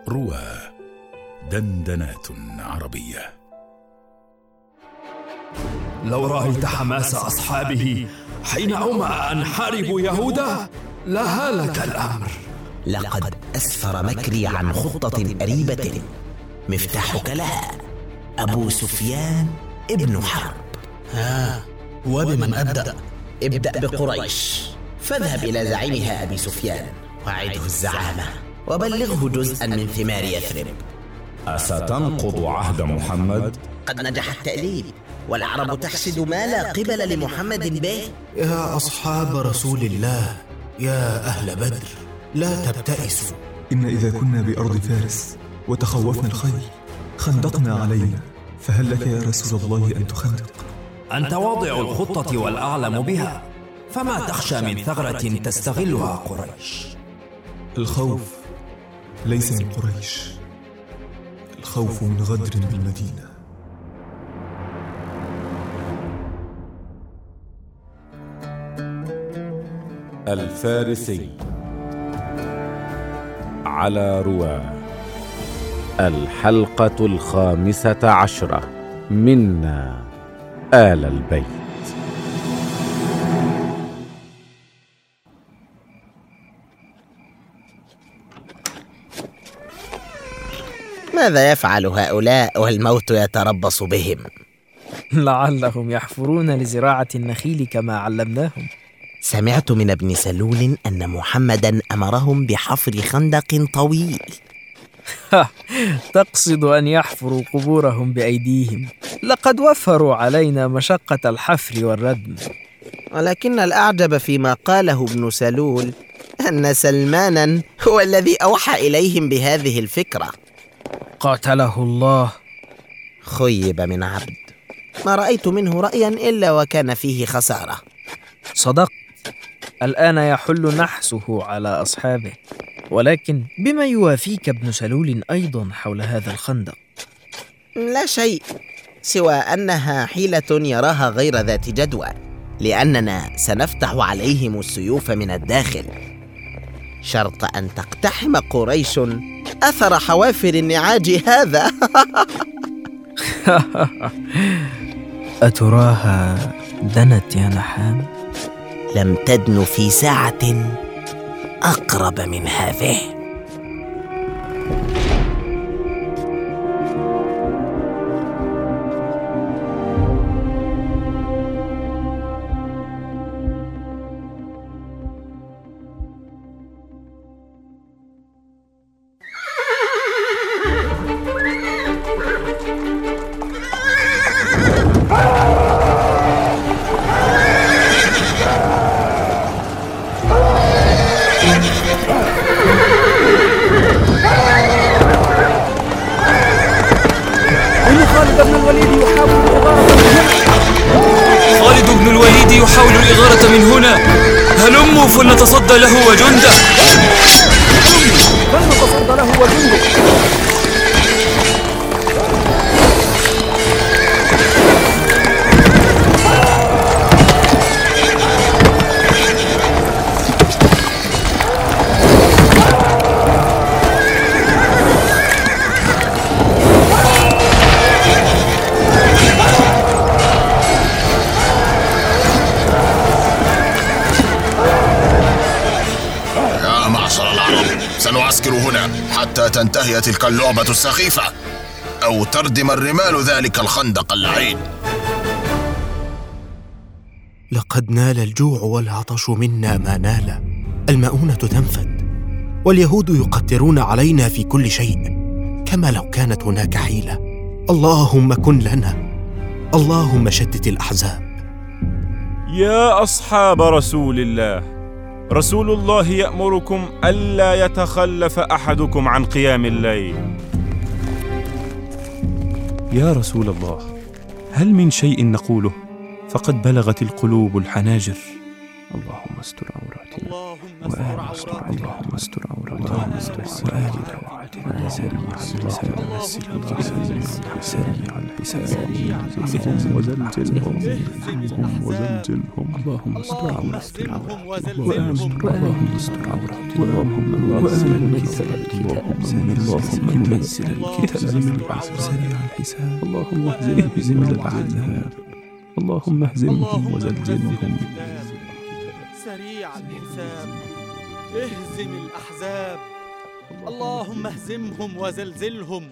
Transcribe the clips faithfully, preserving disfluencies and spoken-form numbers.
روى دندنات عربية. لو رأيت حماس أصحابه حين أومأ أن حاربوا يهودا لهلك الأمر. لقد أسفر مكري عن خطة قريبة مفتاحك لها أبو سفيان ابن حرب. ها، وبمن أبدأ؟ ابدأ بقريش، فاذهب إلى زعيمها أبي سفيان وأعده الزعامة وبلغه جزءا من ثمار يثرب. أستنقض عهد محمد؟ قد نجح التأليب، والعرب تحسد ما لا قبل لمحمد به. يا أصحاب رسول الله، يا أهل بدر، لا تبتئسوا. إن إذا كنا بأرض فارس وتخوفنا الخيل خندقنا علينا، فهل لك يا رسول الله أن تخندق؟ أنت واضع الخطة والأعلم بها، فما تخشى من ثغرة تستغلها قريش؟ الخوف ليس من قريش، الخوف من غدر بالمدينة. الفارسي على رواه. الحلقة الخامسة عشرة. منا آل البيت. ماذا يفعل هؤلاء والموت يتربص بهم؟ لعلهم يحفرون لزراعة النخيل كما علمناهم. سمعت من ابن سلول أن محمدًا أمرهم بحفر خندق طويل. تقصد أن يحفروا قبورهم بأيديهم؟ لقد وفروا علينا مشقة الحفر والردم. ولكن الأعجب فيما قاله ابن سلول أن سلمانًا هو الذي أوحى إليهم بهذه الفكرة. قاتله الله. خيب من عبد، ما رأيت منه رأيًا إلا وكان فيه خسارة. صدقت، الآن يحل نحسه على أصحابه. ولكن بما يوافيك ابن سلول أيضا حول هذا الخندق؟ لا شيء، سوى أنها حيلة يراها غير ذات جدوى، لأننا سنفتح عليهم السيوف من الداخل، شرط أن تقتحم قريش أثر حوافر النعاج هذا. أتراها دنت يا نحام؟ لم تدن في ساعة أقرب من هذه. خالد بن الوليد يحاول الإغارة من هنا. هلموا فلنتصدى له وجنده. فلنتصدى له وجنده. سنعسكر هنا حتى تنتهي تلك اللعبة السخيفة، أو تردم الرمال ذلك الخندق اللعين. لقد نال الجوع والعطش منا ما نال، المؤونة تنفد، واليهود يقترون علينا في كل شيء، كما لو كانت هناك حيلة. اللهم كن لنا، اللهم شتت الأحزاب. يا أصحاب رسول الله، رسول الله يأمركم ألا يتخلف أحدكم عن قيام الليل. يا رسول الله، هل من شيء نقوله؟ فقد بلغت القلوب الحناجر اللهم استر عوراتنا اللهم استر عوراتنا اللهم استر عوراتنا وآمن روعاتنا سريع الحساب سريع الحساب اهزمهم وزلزلهم اهزمهم وزلزلهم اللهم استر عوراتنا وآمن اللهم استر عوراتنا وآمن اللهم نزل الكتاب سريع الحساب اللهم اهزم الأحزاب اللهم اهزمهم وزلزلهم سريع الحساب اهزم الأحزاب اللهم اهزمهم وزلزلهم.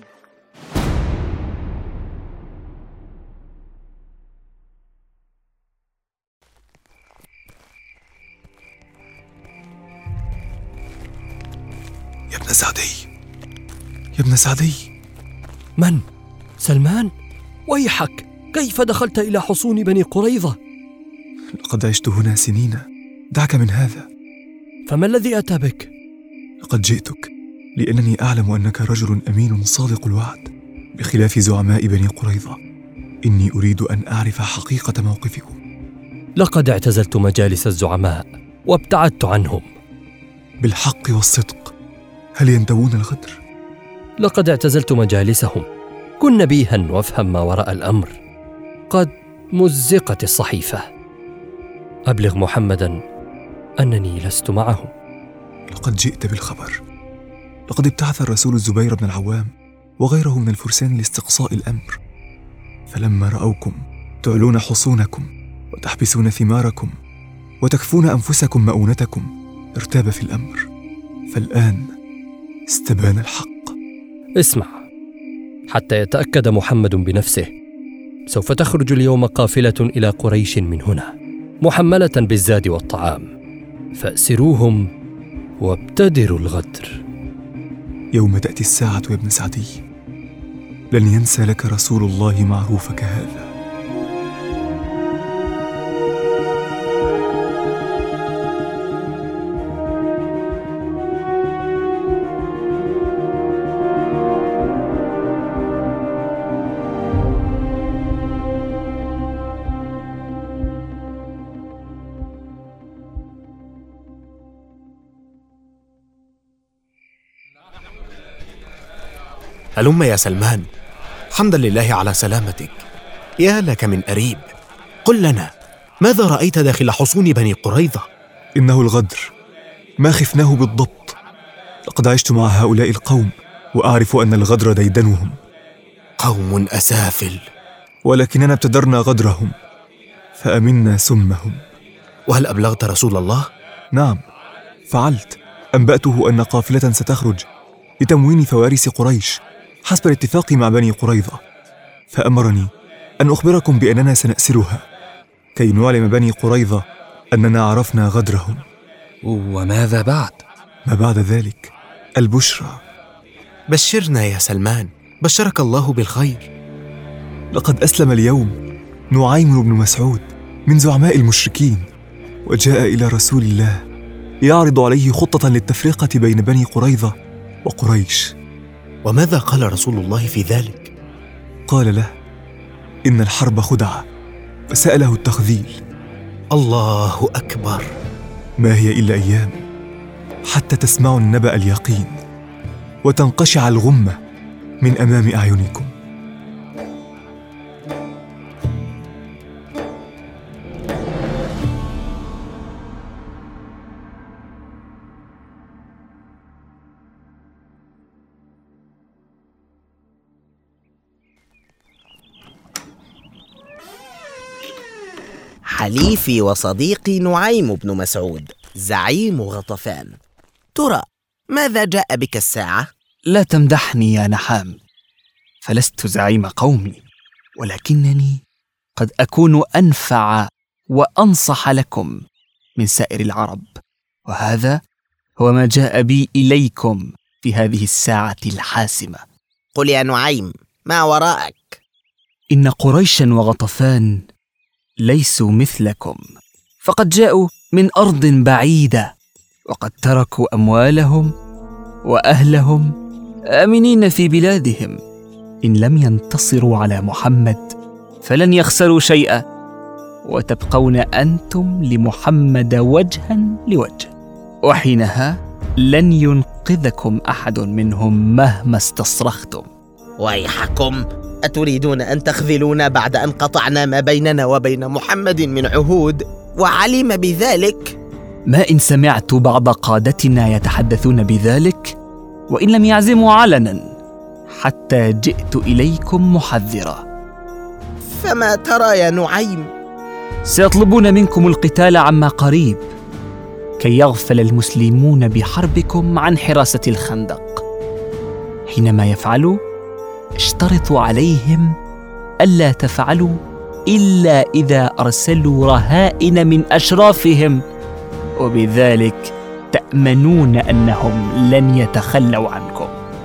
يا ابن سعدي، يا ابن سعدي. من؟ سلمان؟ ويحك، كيف دخلت إلى حصون بني قريظة؟ لقد عشت هنا سنين، دعك من هذا. فما الذي أتى بك؟ لقد جئتك لأنني أعلم أنك رجل أمين صادق الوعد بخلاف زعماء بني قريظة. إني أريد أن أعرف حقيقة موقفكم. لقد اعتزلت مجالس الزعماء وابتعدت عنهم. بالحق والصدق، هل ينتوون الغدر؟ لقد اعتزلت مجالسهم. كن نبيها وافهم ما وراء الأمر. قد مزقت الصحيفة. أبلغ محمدا أنني لست معهم. لقد جئت بالخبر. لقد ابتعث الرسول الزبير بن العوام وغيره من الفرسان لاستقصاء الأمر، فلما رأوكم تعلون حصونكم وتحبسون ثماركم وتكفون أنفسكم مؤونتكم ارتاب في الأمر، فالآن استبان الحق. اسمع، حتى يتأكد محمد بنفسه، سوف تخرج اليوم قافلة إلى قريش من هنا محملة بالزاد والطعام، فأسروهم وابتدروا الغدر. يوم تأتي الساعة يا ابن سعدي، لن ينسى لك رسول الله معروفك هذا. هلم يا سلمان، حمدا لله على سلامتك. يا لك من أريب، قل لنا ماذا رأيت داخل حصون بني قريظة؟ إنه الغدر، ما خفناه بالضبط. لقد عشت مع هؤلاء القوم وأعرف أن الغدر ديدنهم. قوم أسافل، ولكننا ابتدرنا غدرهم فأمنا سمهم. وهل أبلغت رسول الله؟ نعم، فعلت. أنبأته أن قافلة ستخرج لتموين فوارس قريش حسب الاتفاق مع بني قريظة، فأمرني أن أخبركم بأننا سنأسرها كي نعلم بني قريظة أننا عرفنا غدرهم. وماذا بعد؟ ما بعد ذلك البشرى. بشرنا يا سلمان، بشرك الله بالخير. لقد أسلم اليوم نعيم بن مسعود من زعماء المشركين، وجاء إلى رسول الله يعرض عليه خطة للتفرقة بين بني قريظة وقريش. وماذا قال رسول الله في ذلك؟ قال له إن الحرب خدعة، فسأله التخذيل. الله أكبر. ما هي إلا أيام حتى تسمعوا النبأ اليقين وتنقشع الغمة من أمام أعينكم. حليفي وصديقي نعيم بن مسعود زعيم غطفان، ترى ماذا جاء بك الساعة؟ لا تمدحني يا نحام، فلست زعيم قومي، ولكنني قد أكون أنفع وأنصح لكم من سائر العرب، وهذا هو ما جاء بي إليكم في هذه الساعة الحاسمة. قل يا نعيم، ما وراءك؟ إن قريشا وغطفان ليسوا مثلكم، فقد جاءوا من أرض بعيدة، وقد تركوا أموالهم وأهلهم آمنين في بلادهم. إن لم ينتصروا على محمد فلن يخسروا شيئا، وتبقون أنتم لمحمد وجها لوجه، وحينها لن ينقذكم أحد منهم مهما استصرختم. ويحكم، أتريدون أن تخذلونا بعد أن قطعنا ما بيننا وبين محمد من عهود وعلم بذلك؟ ما إن سمعت بعض قادتنا يتحدثون بذلك وإن لم يعزموا علنا حتى جئت إليكم محذرا. فما ترى يا نعيم؟ سيطلبون منكم القتال عما قريب كي يغفل المسلمون بحربكم عن حراسة الخندق. حينما يفعلوا اشترطوا عليهم ألا تفعلوا إلا إذا أرسلوا رهائن من أشرافهم، وبذلك تأمنون أنهم لن يتخلوا عنكم.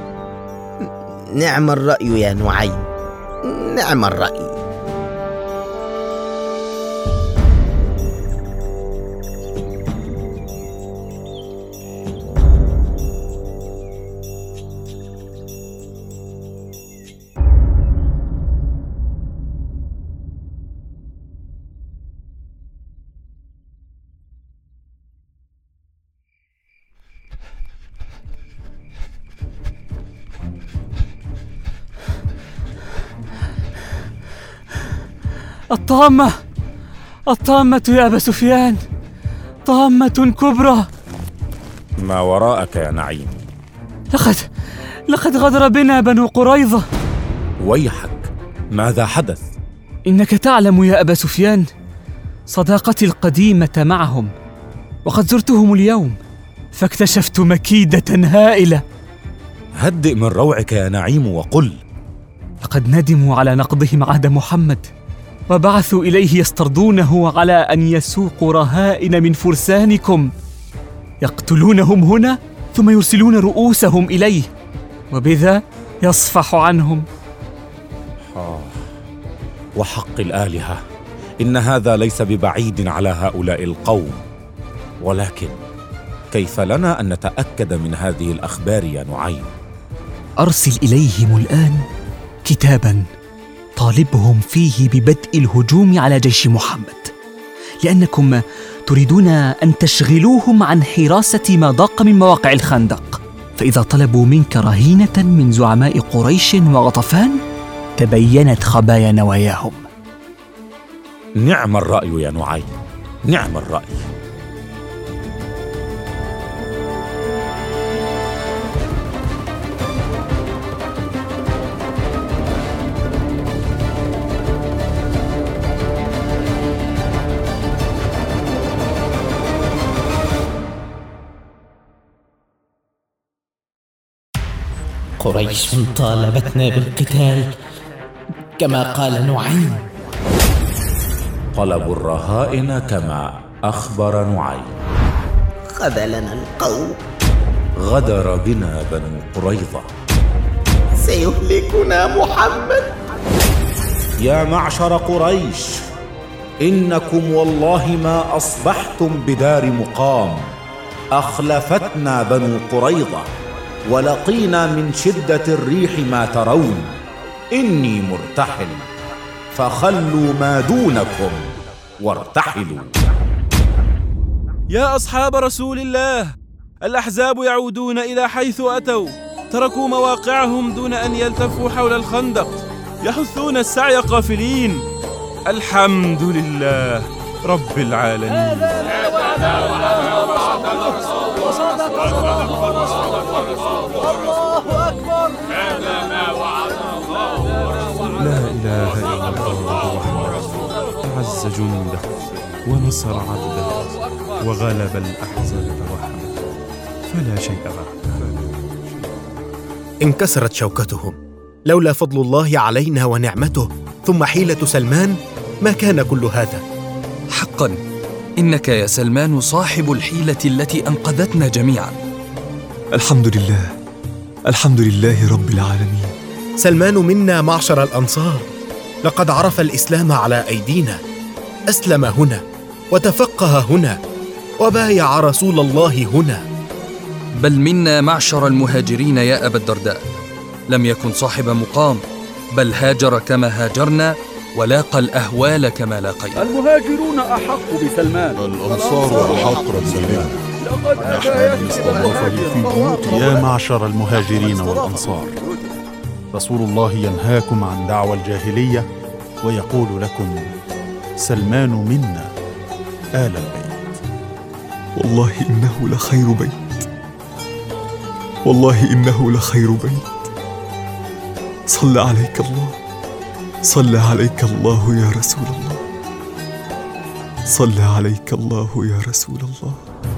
نعم الرأي يا نعيم، نعم الرأي. الطامة الطامة يا أبا سفيان، طامة كبرى. ما وراءك يا نعيم؟ لقد لقد غدر بنا بنو قريظة. ويحك، ماذا حدث؟ إنك تعلم يا أبا سفيان صداقتي القديمة معهم، وقد زرتهم اليوم فاكتشفت مكيدة هائلة. هدئ من روعك يا نعيم وقل. لقد ندموا على نقضهم عهد محمد، وبعثوا إليه يسترضونه على أن يسوقوا رهائن من فرسانكم يقتلونهم هنا ثم يرسلون رؤوسهم إليه، وبذا يصفح عنهم. آه. وحق الآلهة، إن هذا ليس ببعيد على هؤلاء القوم، ولكن كيف لنا أن نتأكد من هذه الأخبار يا نعيم؟ أرسل إليهم الآن كتاباً طالبهم فيه ببدء الهجوم على جيش محمد، لأنكم تريدون أن تشغلوهم عن حراسة ما ضاق من مواقع الخندق، فإذا طلبوا منك رهينة من زعماء قريش وغطفان تبينت خبايا نواياهم. نعم الرأي يا نعيم، نعم الرأي. قريش طالبتنا بالقتال كما قال نعيم. طلبوا الرهائن كما أخبر نعيم. خذلنا القوم، غدر بنا بنو قريظة، سيهلكنا محمد. يا معشر قريش، إنكم والله ما أصبحتم بدار مقام، أخلفتنا بنو قريظة ولقينا من شدة الريح ما ترون. إني مرتحل، فخلوا ما دونكم وارتحلوا. يا أصحاب رسول الله، الأحزاب يعودون إلى حيث أتوا، تركوا مواقعهم دون أن يلتفوا حول الخندق، يحثون السعي قافلين. الحمد لله رب العالمين. لا إله إلا الله وحده، أعز جنده ونصر عبده وغلب الأحزاب وحده، فلا شيء بعده. انكسرت شوكتهم، لولا فضل الله علينا ونعمته ثم حيلة سلمان ما كان كل هذا. حقا إنك يا سلمان صاحب الحيلة التي أنقذتنا جميعا. الحمد لله، الحمد لله رب العالمين. سلمان منا معشر الأنصار، لقد عرف الإسلام على أيدينا، أسلم هنا وتفقه هنا وبايع رسول الله هنا. بل منا معشر المهاجرين يا أبا الدرداء، لم يكن صاحب مقام، بل هاجر كما هاجرنا ولاقى الأهوال كما لاقيت. المهاجرون أحق بسلمان، الأنصار أحق بسلمان. لقد أتى يا معشر المهاجرين والأنصار، رسول الله ينهاكم عن دعوى الجاهلية ويقول لكم: سلمان منا آل البيت. والله إنه لخير بيت، والله إنه لخير بيت. صلى عليك الله، صلى عليك الله يا رسول الله، صلى عليك الله يا رسول الله.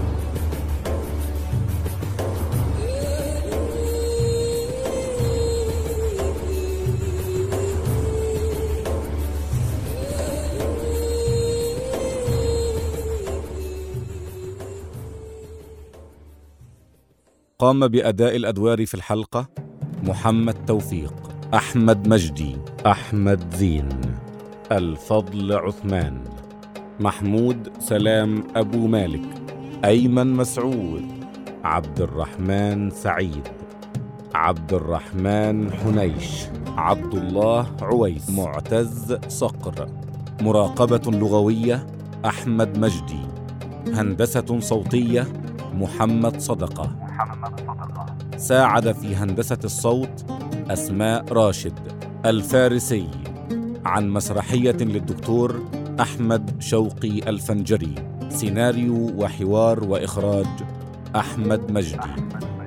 قام بأداء الأدوار في الحلقة محمد توفيق، أحمد مجدي، أحمد زين، الفضل عثمان، محمود سلام أبو مالك، أيمن مسعود، عبد الرحمن سعيد، عبد الرحمن حنيش، عبد الله عويس، معتز صقر. مراقبة لغوية أحمد مجدي. هندسة صوتية محمد صدقة. ساعد في هندسة الصوت أسماء راشد. الفارسي عن مسرحية للدكتور أحمد شوقي الفنجري. سيناريو وحوار وإخراج أحمد مجدي.